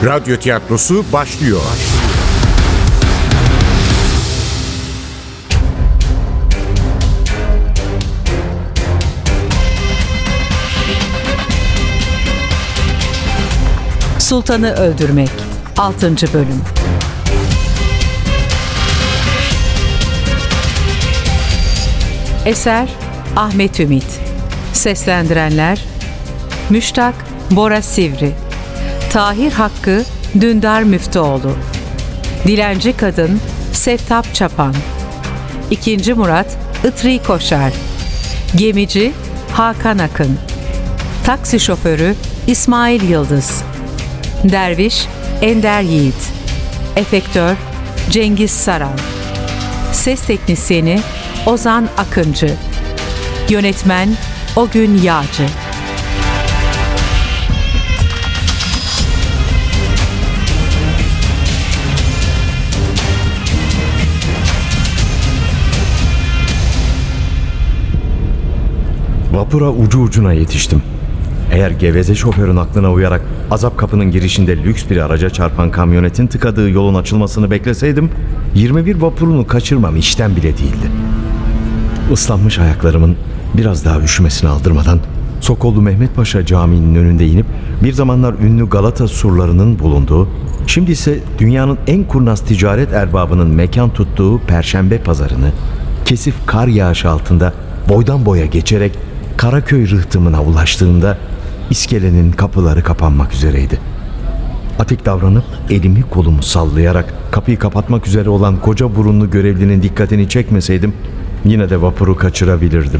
Radyo tiyatrosu başlıyor. Sultanı Öldürmek 6. Bölüm. Eser Ahmet Ümit. Seslendirenler Müştak Bora Sivri, Tahir Hakkı Dündar Müftüoğlu, Dilenci Kadın Seftap Çapan, 2. Murat Itri Koşar, Gemici Hakan Akın, Taksi Şoförü İsmail Yıldız, Derviş Ender Yiğit, Efektör Cengiz Saral, Ses Teknisyeni Ozan Akıncı, Yönetmen Ogün Yağcı. Vapura ucu ucuna yetiştim. Eğer geveze şoförün aklına uyarak Azap Kapı'nın girişinde lüks bir araca çarpan kamyonetin tıkadığı yolun açılmasını bekleseydim 21 vapurunu kaçırmam işten bile değildi. Islanmış ayaklarımın biraz daha üşümesini aldırmadan Sokollu Mehmet Paşa Camii'nin önünde inip bir zamanlar ünlü Galata surlarının bulunduğu, şimdi ise dünyanın en kurnaz ticaret erbabının mekan tuttuğu Perşembe Pazarı'nı kesif kar yağışı altında boydan boya geçerek Karaköy rıhtımına ulaştığımda iskelenin kapıları kapanmak üzereydi. Atik davranıp elimi kolumu sallayarak kapıyı kapatmak üzere olan koca burunlu görevlinin dikkatini çekmeseydim yine de vapuru kaçırabilirdim.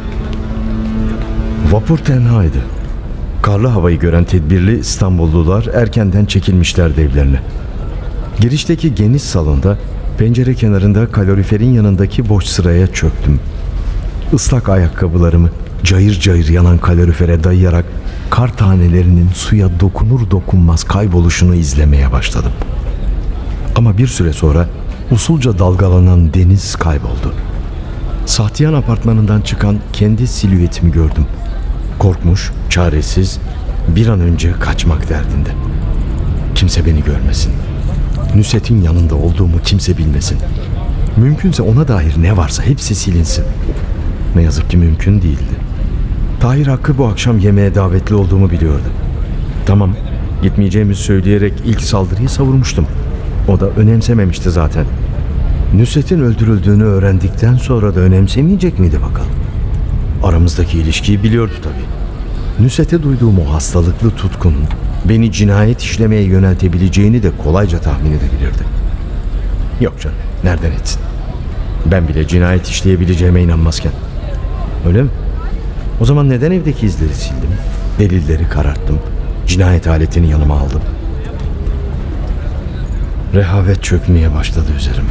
Vapur tenhaydı. Karlı havayı gören tedbirli İstanbullular erkenden çekilmişlerdi evlerine. Girişteki geniş salonda pencere kenarında kaloriferin yanındaki boş sıraya çöktüm. Islak ayakkabılarımı cayır cayır yanan kalorifere dayayarak kar tanelerinin suya dokunur dokunmaz kayboluşunu izlemeye başladım. Ama bir süre sonra usulca dalgalanan deniz kayboldu. Sahtiyan apartmanından çıkan kendi silüetimi gördüm. Korkmuş, çaresiz, bir an önce kaçmak derdinde. Kimse beni görmesin. Nusret'in yanında olduğumu kimse bilmesin. Mümkünse ona dair ne varsa hepsi silinsin. Ne yazık ki mümkün değildi. Tahir Hakkı bu akşam yemeğe davetli olduğumu biliyordu. Tamam, gitmeyeceğimi söyleyerek ilk saldırıyı savurmuştum. O da önemsememişti zaten. Nusret'in öldürüldüğünü öğrendikten sonra da önemsemeyecek miydi bakalım? Aramızdaki ilişkiyi biliyordu tabii. Nusret'e duyduğum o hastalıklı tutkunun beni cinayet işlemeye yöneltebileceğini de kolayca tahmin edebilirdi. Yok canım, nereden etsin? Ben bile cinayet işleyebileceğime inanmazken. Öyle mi? O zaman neden evdeki izleri sildim? Delilleri kararttım. Cinayet aletini yanıma aldım. Rehavet çökmeye başladı üzerime.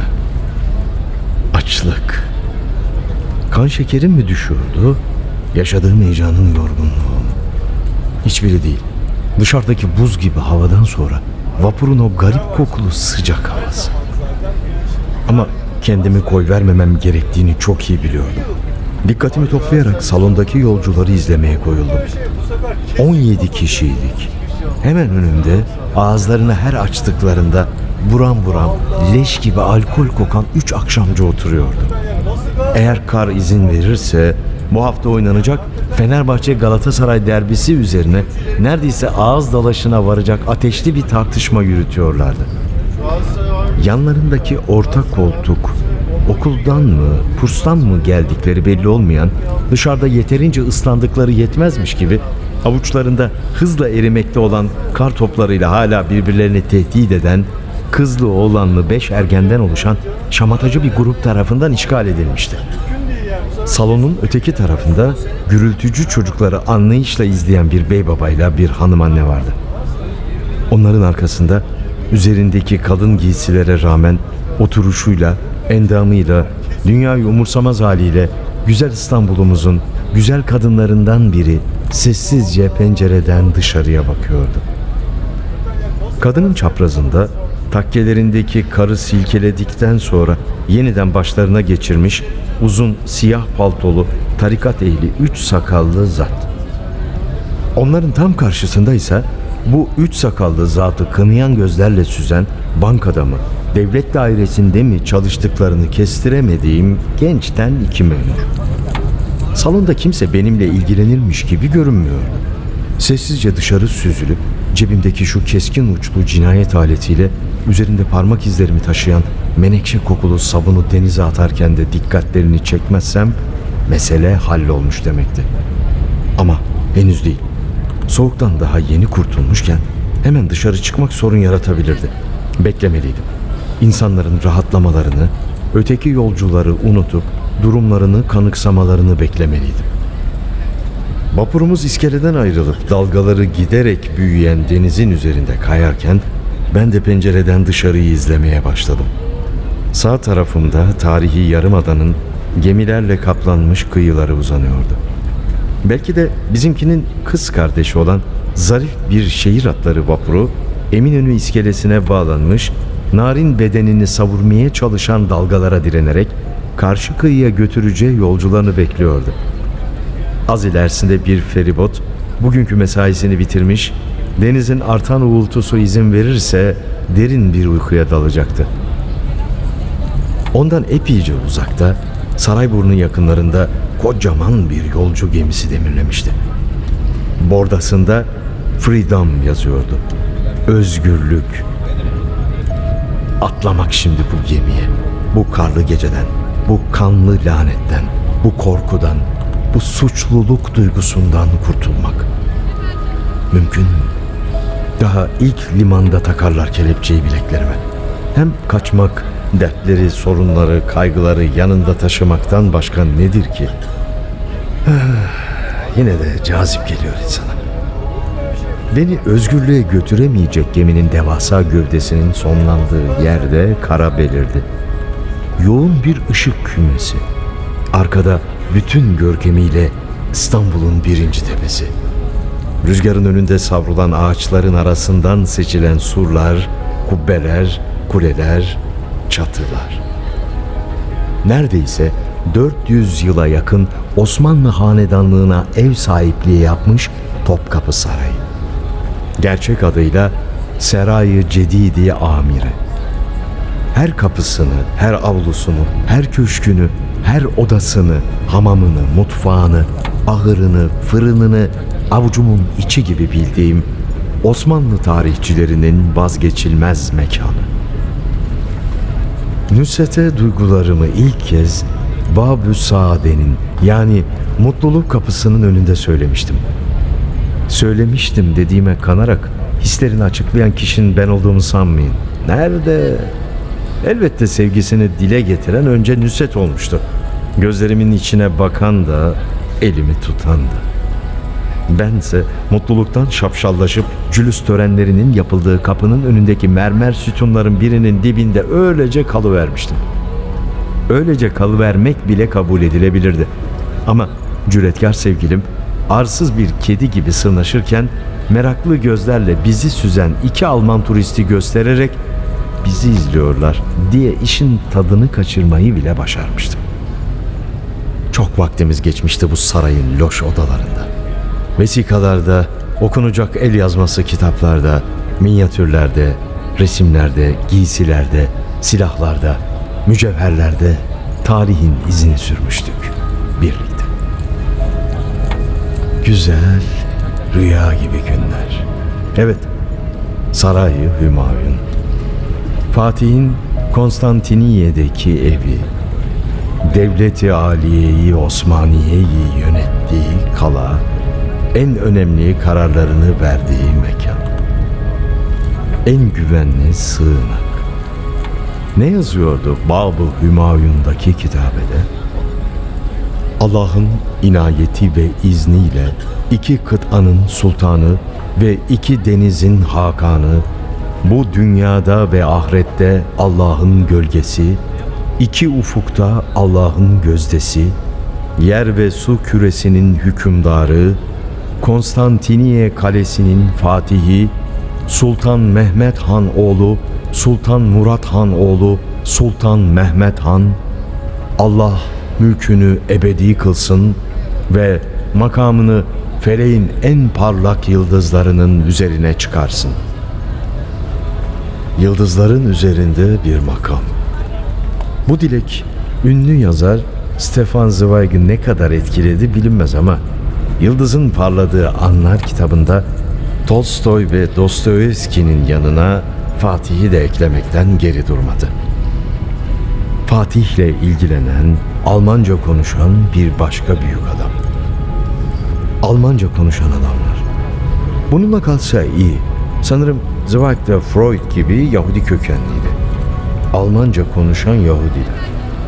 Açlık. Kan şekerim mi düşüyordu? Yaşadığım heyecanın yorgunluğu. Hiçbiri değil. Dışarıdaki buz gibi havadan sonra vapurun o garip kokulu sıcak havası. Ama kendimi koyvermemem gerektiğini çok iyi biliyordum. Dikkatimi toplayarak salondaki yolcuları izlemeye koyuldum. 17 kişiydik. Hemen önümde ağızlarını her açtıklarında buram buram leş gibi alkol kokan 3 akşamcı oturuyordu. Eğer kar izin verirse bu hafta oynanacak Fenerbahçe Galatasaray derbisi üzerine neredeyse ağız dalaşına varacak ateşli bir tartışma yürütüyorlardı. Yanlarındaki orta koltuk, okuldan mı, kurstan mı geldikleri belli olmayan, dışarıda yeterince ıslandıkları yetmezmiş gibi avuçlarında hızla erimekte olan kar toplarıyla hala birbirlerini tehdit eden kızlı oğlanlı 5 ergenden oluşan şamatacı bir grup tarafından işgal edilmişti. Salonun öteki tarafında gürültücü çocukları anlayışla izleyen bir beybabayla bir hanım anne vardı. Onların arkasında üzerindeki kadın giysilere rağmen oturuşuyla, endamıyla, dünyayı umursamaz haliyle güzel İstanbul'umuzun güzel kadınlarından biri sessizce pencereden dışarıya bakıyordu. Kadının çaprazında takkelerindeki karı silkeledikten sonra yeniden başlarına geçirmiş uzun siyah paltolu tarikat ehli 3 sakallı zat. Onların tam karşısında ise bu üç sakallı zatı kınayan gözlerle süzen bankada mı, devlet dairesinde mi çalıştıklarını kestiremediğim gençten iki memur. Salonda kimse benimle ilgilenirmiş gibi görünmüyor. Sessizce dışarı süzülüp cebimdeki şu keskin uçlu cinayet aletiyle üzerinde parmak izlerimi taşıyan menekşe kokulu sabunu denize atarken de dikkatlerini çekmezsem mesele hallolmuş demekti. Ama henüz değil. Soğuktan daha yeni kurtulmuşken hemen dışarı çıkmak sorun yaratabilirdi. Beklemeliydim. İnsanların rahatlamalarını, öteki yolcuları unutup durumlarını kanıksamalarını beklemeliydim. Vapurumuz iskeleden ayrılıp dalgaları giderek büyüyen denizin üzerinde kayarken ben de pencereden dışarıyı izlemeye başladım. Sağ tarafımda tarihi yarımadanın gemilerle kaplanmış kıyıları uzanıyordu. Belki de bizimkinin kız kardeşi olan zarif bir şehir atları vapuru Eminönü iskelesine bağlanmış, narin bedenini savurmaya çalışan dalgalara direnerek karşı kıyıya götüreceği yolcularını bekliyordu. Az ilerisinde bir feribot bugünkü mesaisini bitirmiş, denizin artan uğultusu izin verirse derin bir uykuya dalacaktı. Ondan epeyce uzakta, Sarayburnu yakınlarında kocaman bir yolcu gemisi demirlemişti. Bordasında Freedom yazıyordu. Özgürlük. Atlamak şimdi bu gemiye, bu karlı geceden, bu kanlı lanetten, bu korkudan, bu suçluluk duygusundan kurtulmak. Mümkün mü? Daha ilk limanda takarlar kelepçeyi bileklerime. Hem kaçmak, dertleri, sorunları, kaygıları yanında taşımaktan başka nedir ki? Yine de cazip geliyor insana. Beni özgürlüğe götüremeyecek geminin devasa gövdesinin sonlandığı yerde kara belirdi. Yoğun bir ışık kümesi. Arkada bütün görkemiyle İstanbul'un birinci tepesi. Rüzgarın önünde savrulan ağaçların arasından seçilen surlar, kubbeler, kuleler, çatılar. Neredeyse 400 yıla yakın Osmanlı hanedanlığına ev sahipliği yapmış Topkapı Sarayı. Gerçek adıyla Seray-ı Cedidi Amiri. Her kapısını, her avlusunu, her köşkünü, her odasını, hamamını, mutfağını, ahırını, fırınını avucumun içi gibi bildiğim Osmanlı tarihçilerinin vazgeçilmez mekanı. Nusret'e duygularımı ilk kez Bab-ı Saade'nin yani mutluluk kapısının önünde söylemiştim. Söylemiştim dediğime kanarak hislerini açıklayan kişinin ben olduğumu sanmayın. Nerede? Elbette sevgisini dile getiren önce Nusret olmuştu. Gözlerimin içine bakan da, elimi tutan da. Bense mutluluktan şapşallaşıp cülüs törenlerinin yapıldığı kapının önündeki mermer sütunların birinin dibinde öylece kalıvermiştim. Öylece kalıvermek bile kabul edilebilirdi. Ama cüretkar sevgilim arsız bir kedi gibi sırnaşırken meraklı gözlerle bizi süzen iki Alman turisti göstererek bizi izliyorlar diye işin tadını kaçırmayı bile başarmıştım. Çok vaktimiz geçmişti bu sarayın loş odalarında. Vesikalarda, okunacak el yazması kitaplarda, minyatürlerde, resimlerde, giysilerde, silahlarda, mücevherlerde tarihin izini sürmüştük birlikte. Güzel, rüya gibi günler. Evet, Saray-ı Hümayun. Fatih'in Konstantiniye'deki evi, Devlet-i Aliye-i Osmaniye'yi yönettiği kala, en önemli kararlarını verdiği mekan. En güvenli sığınak. Ne yazıyordu Bab-ı Hümayun'daki kitabede? Allah'ın inayeti ve izniyle iki kıtanın sultanı ve iki denizin hakanı, bu dünyada ve ahirette Allah'ın gölgesi, iki ufukta Allah'ın gözdesi, yer ve su küresinin hükümdarı, Konstantiniye Kalesi'nin fatihi, Sultan Mehmet Han oğlu, Sultan Murat Han oğlu, Sultan Mehmet Han, Allah mülkünü ebedi kılsın ve makamını feleğin en parlak yıldızlarının üzerine çıkarsın. Yıldızların üzerinde bir makam. Bu dilek ünlü yazar Stefan Zweig'i ne kadar etkiledi bilinmez ama Yıldızın Parladığı Anlar kitabında Tolstoy ve Dostoyevski'nin yanına Fatih'i de eklemekten geri durmadı. Fatih'le ilgilenen, Almanca konuşan bir başka büyük adam. Almanca konuşan adamlar. Bununla kalsa iyi. Sanırım Zweig de Freud gibi Yahudi kökenliydi. Almanca konuşan Yahudiler.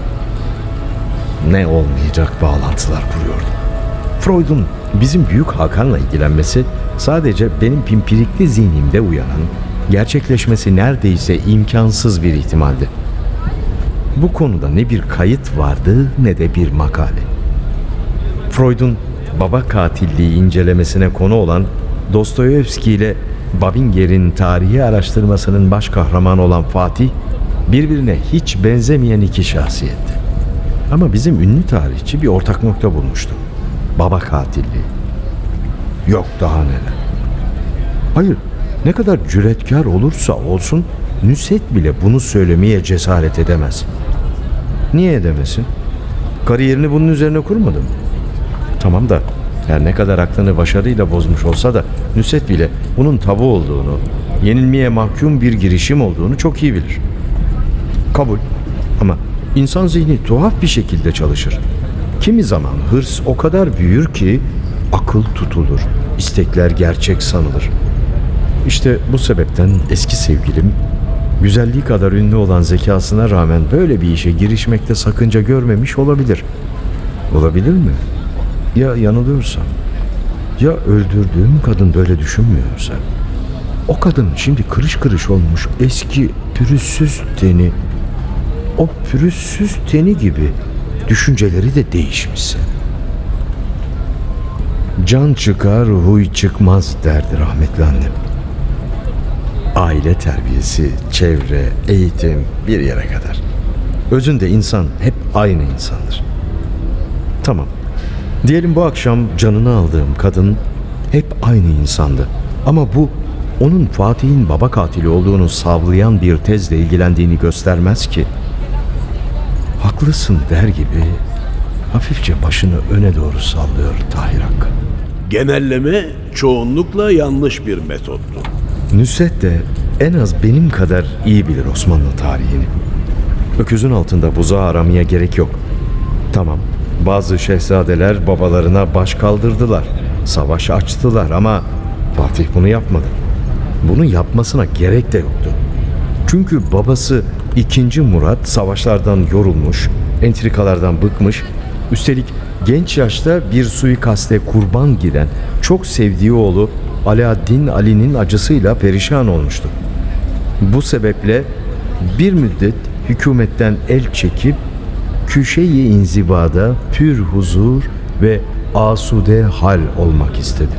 Ne olmayacak bağlantılar kuruyordu. Freud'un bizim Büyük Hakan'la ilgilenmesi sadece benim pimpirikli zihnimde uyanan, gerçekleşmesi neredeyse imkansız bir ihtimaldi. Bu konuda ne bir kayıt vardı ne de bir makale. Freud'un baba katilliği incelemesine konu olan Dostoyevski ile Babinger'in tarihi araştırmasının baş kahramanı olan Fatih, birbirine hiç benzemeyen iki şahsiyetti. Ama bizim ünlü tarihçi bir ortak nokta bulmuştu. Baba katilliği. Yok daha neler. Hayır, ne kadar cüretkar olursa olsun Nusret bile bunu söylemeye cesaret edemez. Niye edemesin? Kariyerini bunun üzerine kurmadı mı? Tamam da her ne kadar aklını başarıyla bozmuş olsa da Nusret bile bunun tabu olduğunu, yenilmeye mahkum bir girişim olduğunu çok iyi bilir. Kabul. Ama insan zihni tuhaf bir şekilde çalışır. Kimi zaman hırs o kadar büyür ki akıl tutulur, istekler gerçek sanılır. İşte bu sebepten eski sevgilim, güzelliği kadar ünlü olan zekasına rağmen böyle bir işe girişmekte sakınca görmemiş olabilir. Olabilir mi? Ya yanılıyorsam? Ya öldürdüğüm kadın böyle düşünmüyorsa? O kadın şimdi kırış kırış olmuş eski pürüzsüz teni, o pürüzsüz teni gibi düşünceleri de değişmişse. Can çıkar, huy çıkmaz derdi rahmetli annem. Aile terbiyesi, çevre, eğitim bir yere kadar. Özünde insan hep aynı insandır. Tamam. Diyelim bu akşam canını aldığım kadın hep aynı insandı. Ama bu onun Fatih'in baba katili olduğunu savlayan bir tezle ilgilendiğini göstermez ki. Haklısın der gibi hafifçe başını öne doğru sallıyor Tahir Hakkı. Genelleme çoğunlukla yanlış bir metottu. Nusret de en az benim kadar iyi bilir Osmanlı tarihini. Öküzün altında buzağı aramaya gerek yok. Tamam, bazı şehzadeler babalarına baş kaldırdılar, savaş açtılar ama Fatih bunu yapmadı. Bunu yapmasına gerek de yoktu. Çünkü babası 2. Murat savaşlardan yorulmuş, entrikalardan bıkmış, üstelik genç yaşta bir suikaste kurban giden çok sevdiği oğlu Alaaddin Ali'nin acısıyla perişan olmuştu. Bu sebeple bir müddet hükümetten el çekip küşe-i inzibada pür huzur ve asude hal olmak istedi.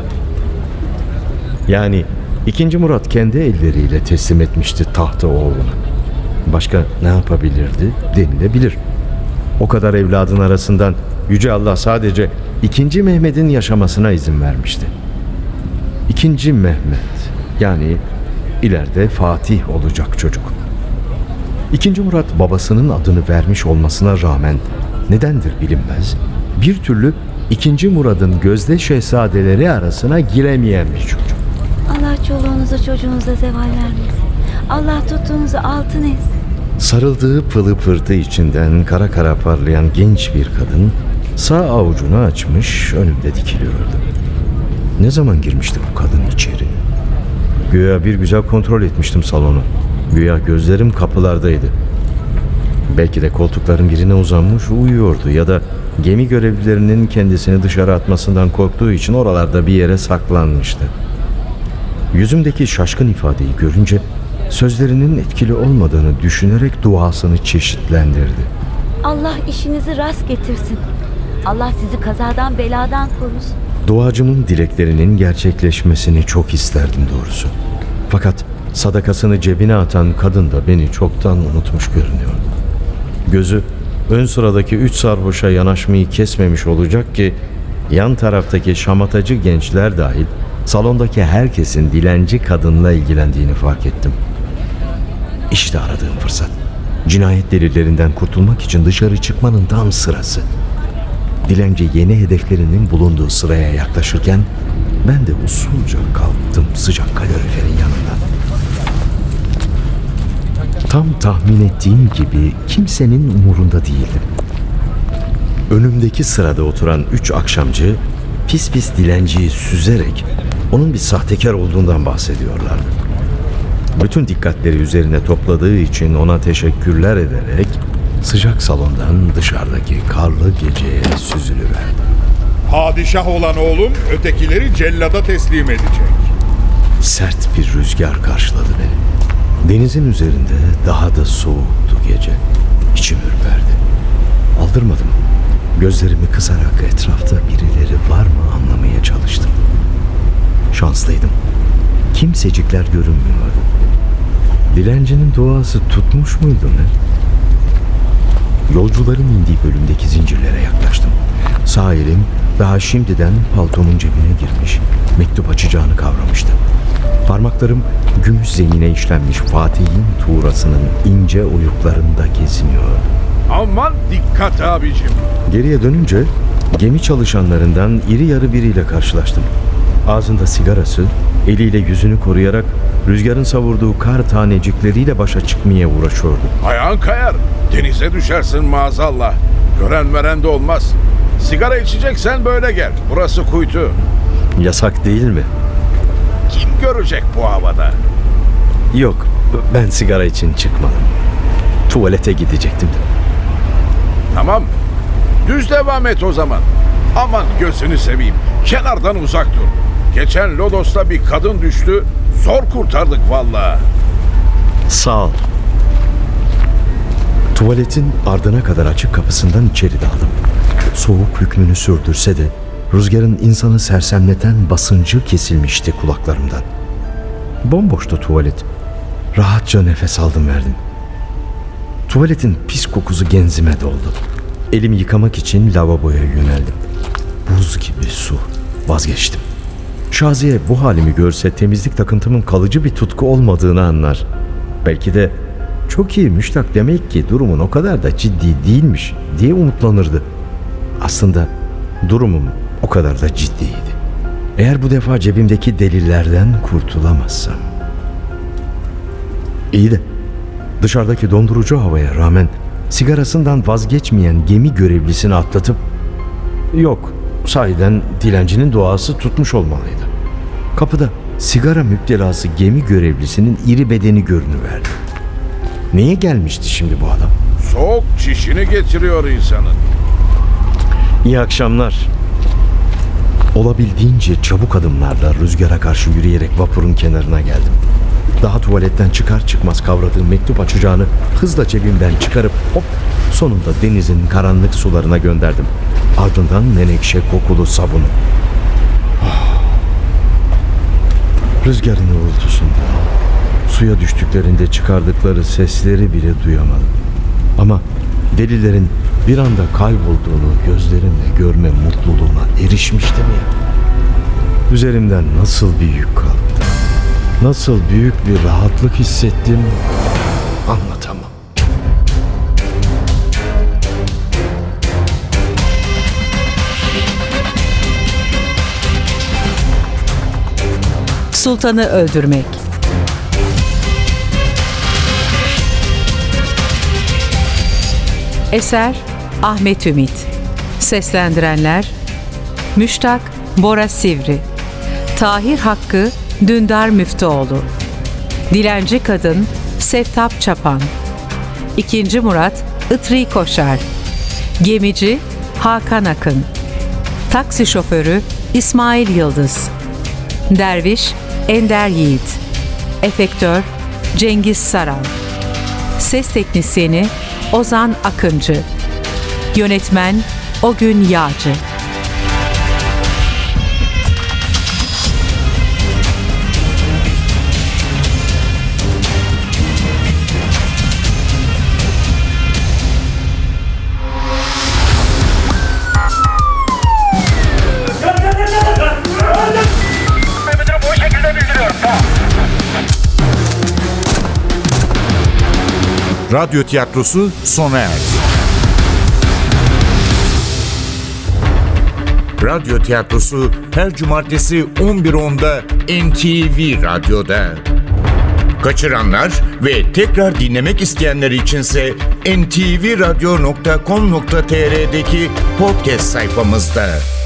Yani 2. Murat kendi elleriyle teslim etmişti tahtı oğluna. Başka ne yapabilirdi denilebilir. O kadar evladın arasından Yüce Allah sadece 2. Mehmet'in yaşamasına izin vermişti. 2. Mehmet, yani ileride Fatih olacak çocuk. 2. Murat babasının adını vermiş olmasına rağmen nedendir bilinmez, bir türlü 2. Murad'ın gözde şehzadeleri arasına giremeyen bir çocuk. Allah çoluğunuza çocuğunuza zeval vermesin. Allah tuttuğunuzu altın etsin. Sarıldığı pılı pırtı içinden kara kara parlayan genç bir kadın sağ avucunu açmış önümde dikiliyordu. Ne zaman girmişti bu kadın içeri? Güya bir güzel kontrol etmiştim salonu. Güya gözlerim kapılardaydı. Belki de koltukların birine uzanmış uyuyordu ya da gemi görevlilerinin kendisini dışarı atmasından korktuğu için oralarda bir yere saklanmıştı. Yüzümdeki şaşkın ifadeyi görünce sözlerinin etkili olmadığını düşünerek duasını çeşitlendirdi. Allah işinizi rast getirsin. Allah sizi kazadan beladan korusun. Duacımın dileklerinin gerçekleşmesini çok isterdim doğrusu. Fakat sadakasını cebine atan kadın da beni çoktan unutmuş görünüyordu. Gözü ön sıradaki 3 sarhoşa yanaşmayı kesmemiş olacak ki Yan taraftaki şamatacı gençler dahil salondaki herkesin dilenci kadınla ilgilendiğini fark ettim. İşte aradığım fırsat. Cinayet delillerinden kurtulmak için dışarı çıkmanın tam sırası. Dilenci yeni hedeflerinin bulunduğu sıraya yaklaşırken ben de usulca kalktım sıcak kaloriferin yanından. Tam tahmin ettiğim gibi kimsenin umurunda değildim. Önümdeki sırada oturan 3 akşamcı pis pis dilenciyi süzerek onun bir sahtekar olduğundan bahsediyorlardı. Bütün dikkatleri üzerine topladığı için ona teşekkürler ederek sıcak salondan dışarıdaki karlı geceye süzülüverdi. Padişah olan oğlum ötekileri cellada teslim edecek. Sert bir rüzgar karşıladı beni. Denizin üzerinde daha da soğuktu gece. İçim ürperdi. Aldırmadım. Gözlerimi kısarak etrafta birileri var mı anlamaya çalıştım. Şanslıydım. Kimsecikler görünmüyordu. Dilencinin duası tutmuş muydu ne? Yolcuların indiği bölümdeki zincirlere yaklaştım. Sağ elim daha şimdiden paltomun cebine girmiş, mektup açacağını kavramıştı. Parmaklarım gümüş zemine işlenmiş Fatih'in tuğrasının ince oyuklarında geziniyordu. Aman dikkat abicim. Geriye dönünce gemi çalışanlarından iri yarı biriyle karşılaştım. Ağzında sigarası, eliyle yüzünü koruyarak rüzgarın savurduğu kar tanecikleriyle başa çıkmaya uğraşıyordu. Ayağın kayar. Denize düşersin maazallah. Gören veren de olmaz. Sigara içeceksen böyle gel. Burası kuytu. Yasak değil mi? Kim görecek bu havada? Yok, ben sigara için çıkmadım. Tuvalete gidecektim. Tamam. Düz devam et o zaman. Aman gözünü seveyim. Kenardan uzak dur. Geçen Lodos'ta bir kadın düştü. Zor kurtardık vallahi. Sağ ol. Tuvaletin ardına kadar açık kapısından içeri daldım. Soğuk hükmünü sürdürse de rüzgarın insanı sersemleten basıncı kesilmişti kulaklarımdan. Bomboştu tuvalet. Rahatça nefes aldım verdim. Tuvaletin pis kokusu genzime doldu. Elimi yıkamak için lavaboya yöneldim. Buz gibi su. Vazgeçtim. Şaziye bu halimi görse temizlik takıntımın kalıcı bir tutku olmadığını anlar. Belki de çok iyi Müştak, demek ki durumun o kadar da ciddi değilmiş diye umutlanırdı. Aslında durumum o kadar da ciddiydi. Eğer bu defa cebimdeki delillerden kurtulamazsam. İyi de dışarıdaki dondurucu havaya rağmen sigarasından vazgeçmeyen gemi görevlisini atlatıp yok, sahiden dilencinin duası tutmuş olmalıydı. Kapıda sigara müptelası gemi görevlisinin iri bedeni görünüverdi. Niye gelmişti şimdi bu adam? Soğuk çişini getiriyor insanın. İyi akşamlar. Olabildiğince çabuk adımlarla rüzgara karşı yürüyerek vapurun kenarına geldim. Daha tuvaletten çıkar çıkmaz kavradığım mektup açacağını hızla cebimden çıkarıp hop sonunda denizin karanlık sularına gönderdim. Ardından menekşe kokulu sabunu. Rüzgarın uğultusunda suya düştüklerinde çıkardıkları sesleri bile duyamadım. Ama delilerin bir anda kaybolduğunu gözlerimle görme mutluluğuna erişmiştim ya. Üzerimden nasıl bir yük kalktı, nasıl büyük bir rahatlık hissettim anlatamam. Sultanı öldürmek. Eser Ahmet Ümit. Seslendirenler Müştak Bora Sivri, Tahir Hakkı Dündar Müftüoğlu, Dilenci Kadın Seftap Çapan, İkinci Murat Itri Koşar, Gemici Hakan Akın, Taksi Şoförü İsmail Yıldız, Derviş Ender Yiğit, Efektör Cengiz Saral, Ses Teknisyeni Ozan Akıncı, Yönetmen Ogün Yağcı. Radyo tiyatrosu sona erdi. Radyo tiyatrosu her cumartesi 11.10'da NTV Radyo'da. Kaçıranlar ve tekrar dinlemek isteyenler içinse ntvradio.com.tr'deki podcast sayfamızda.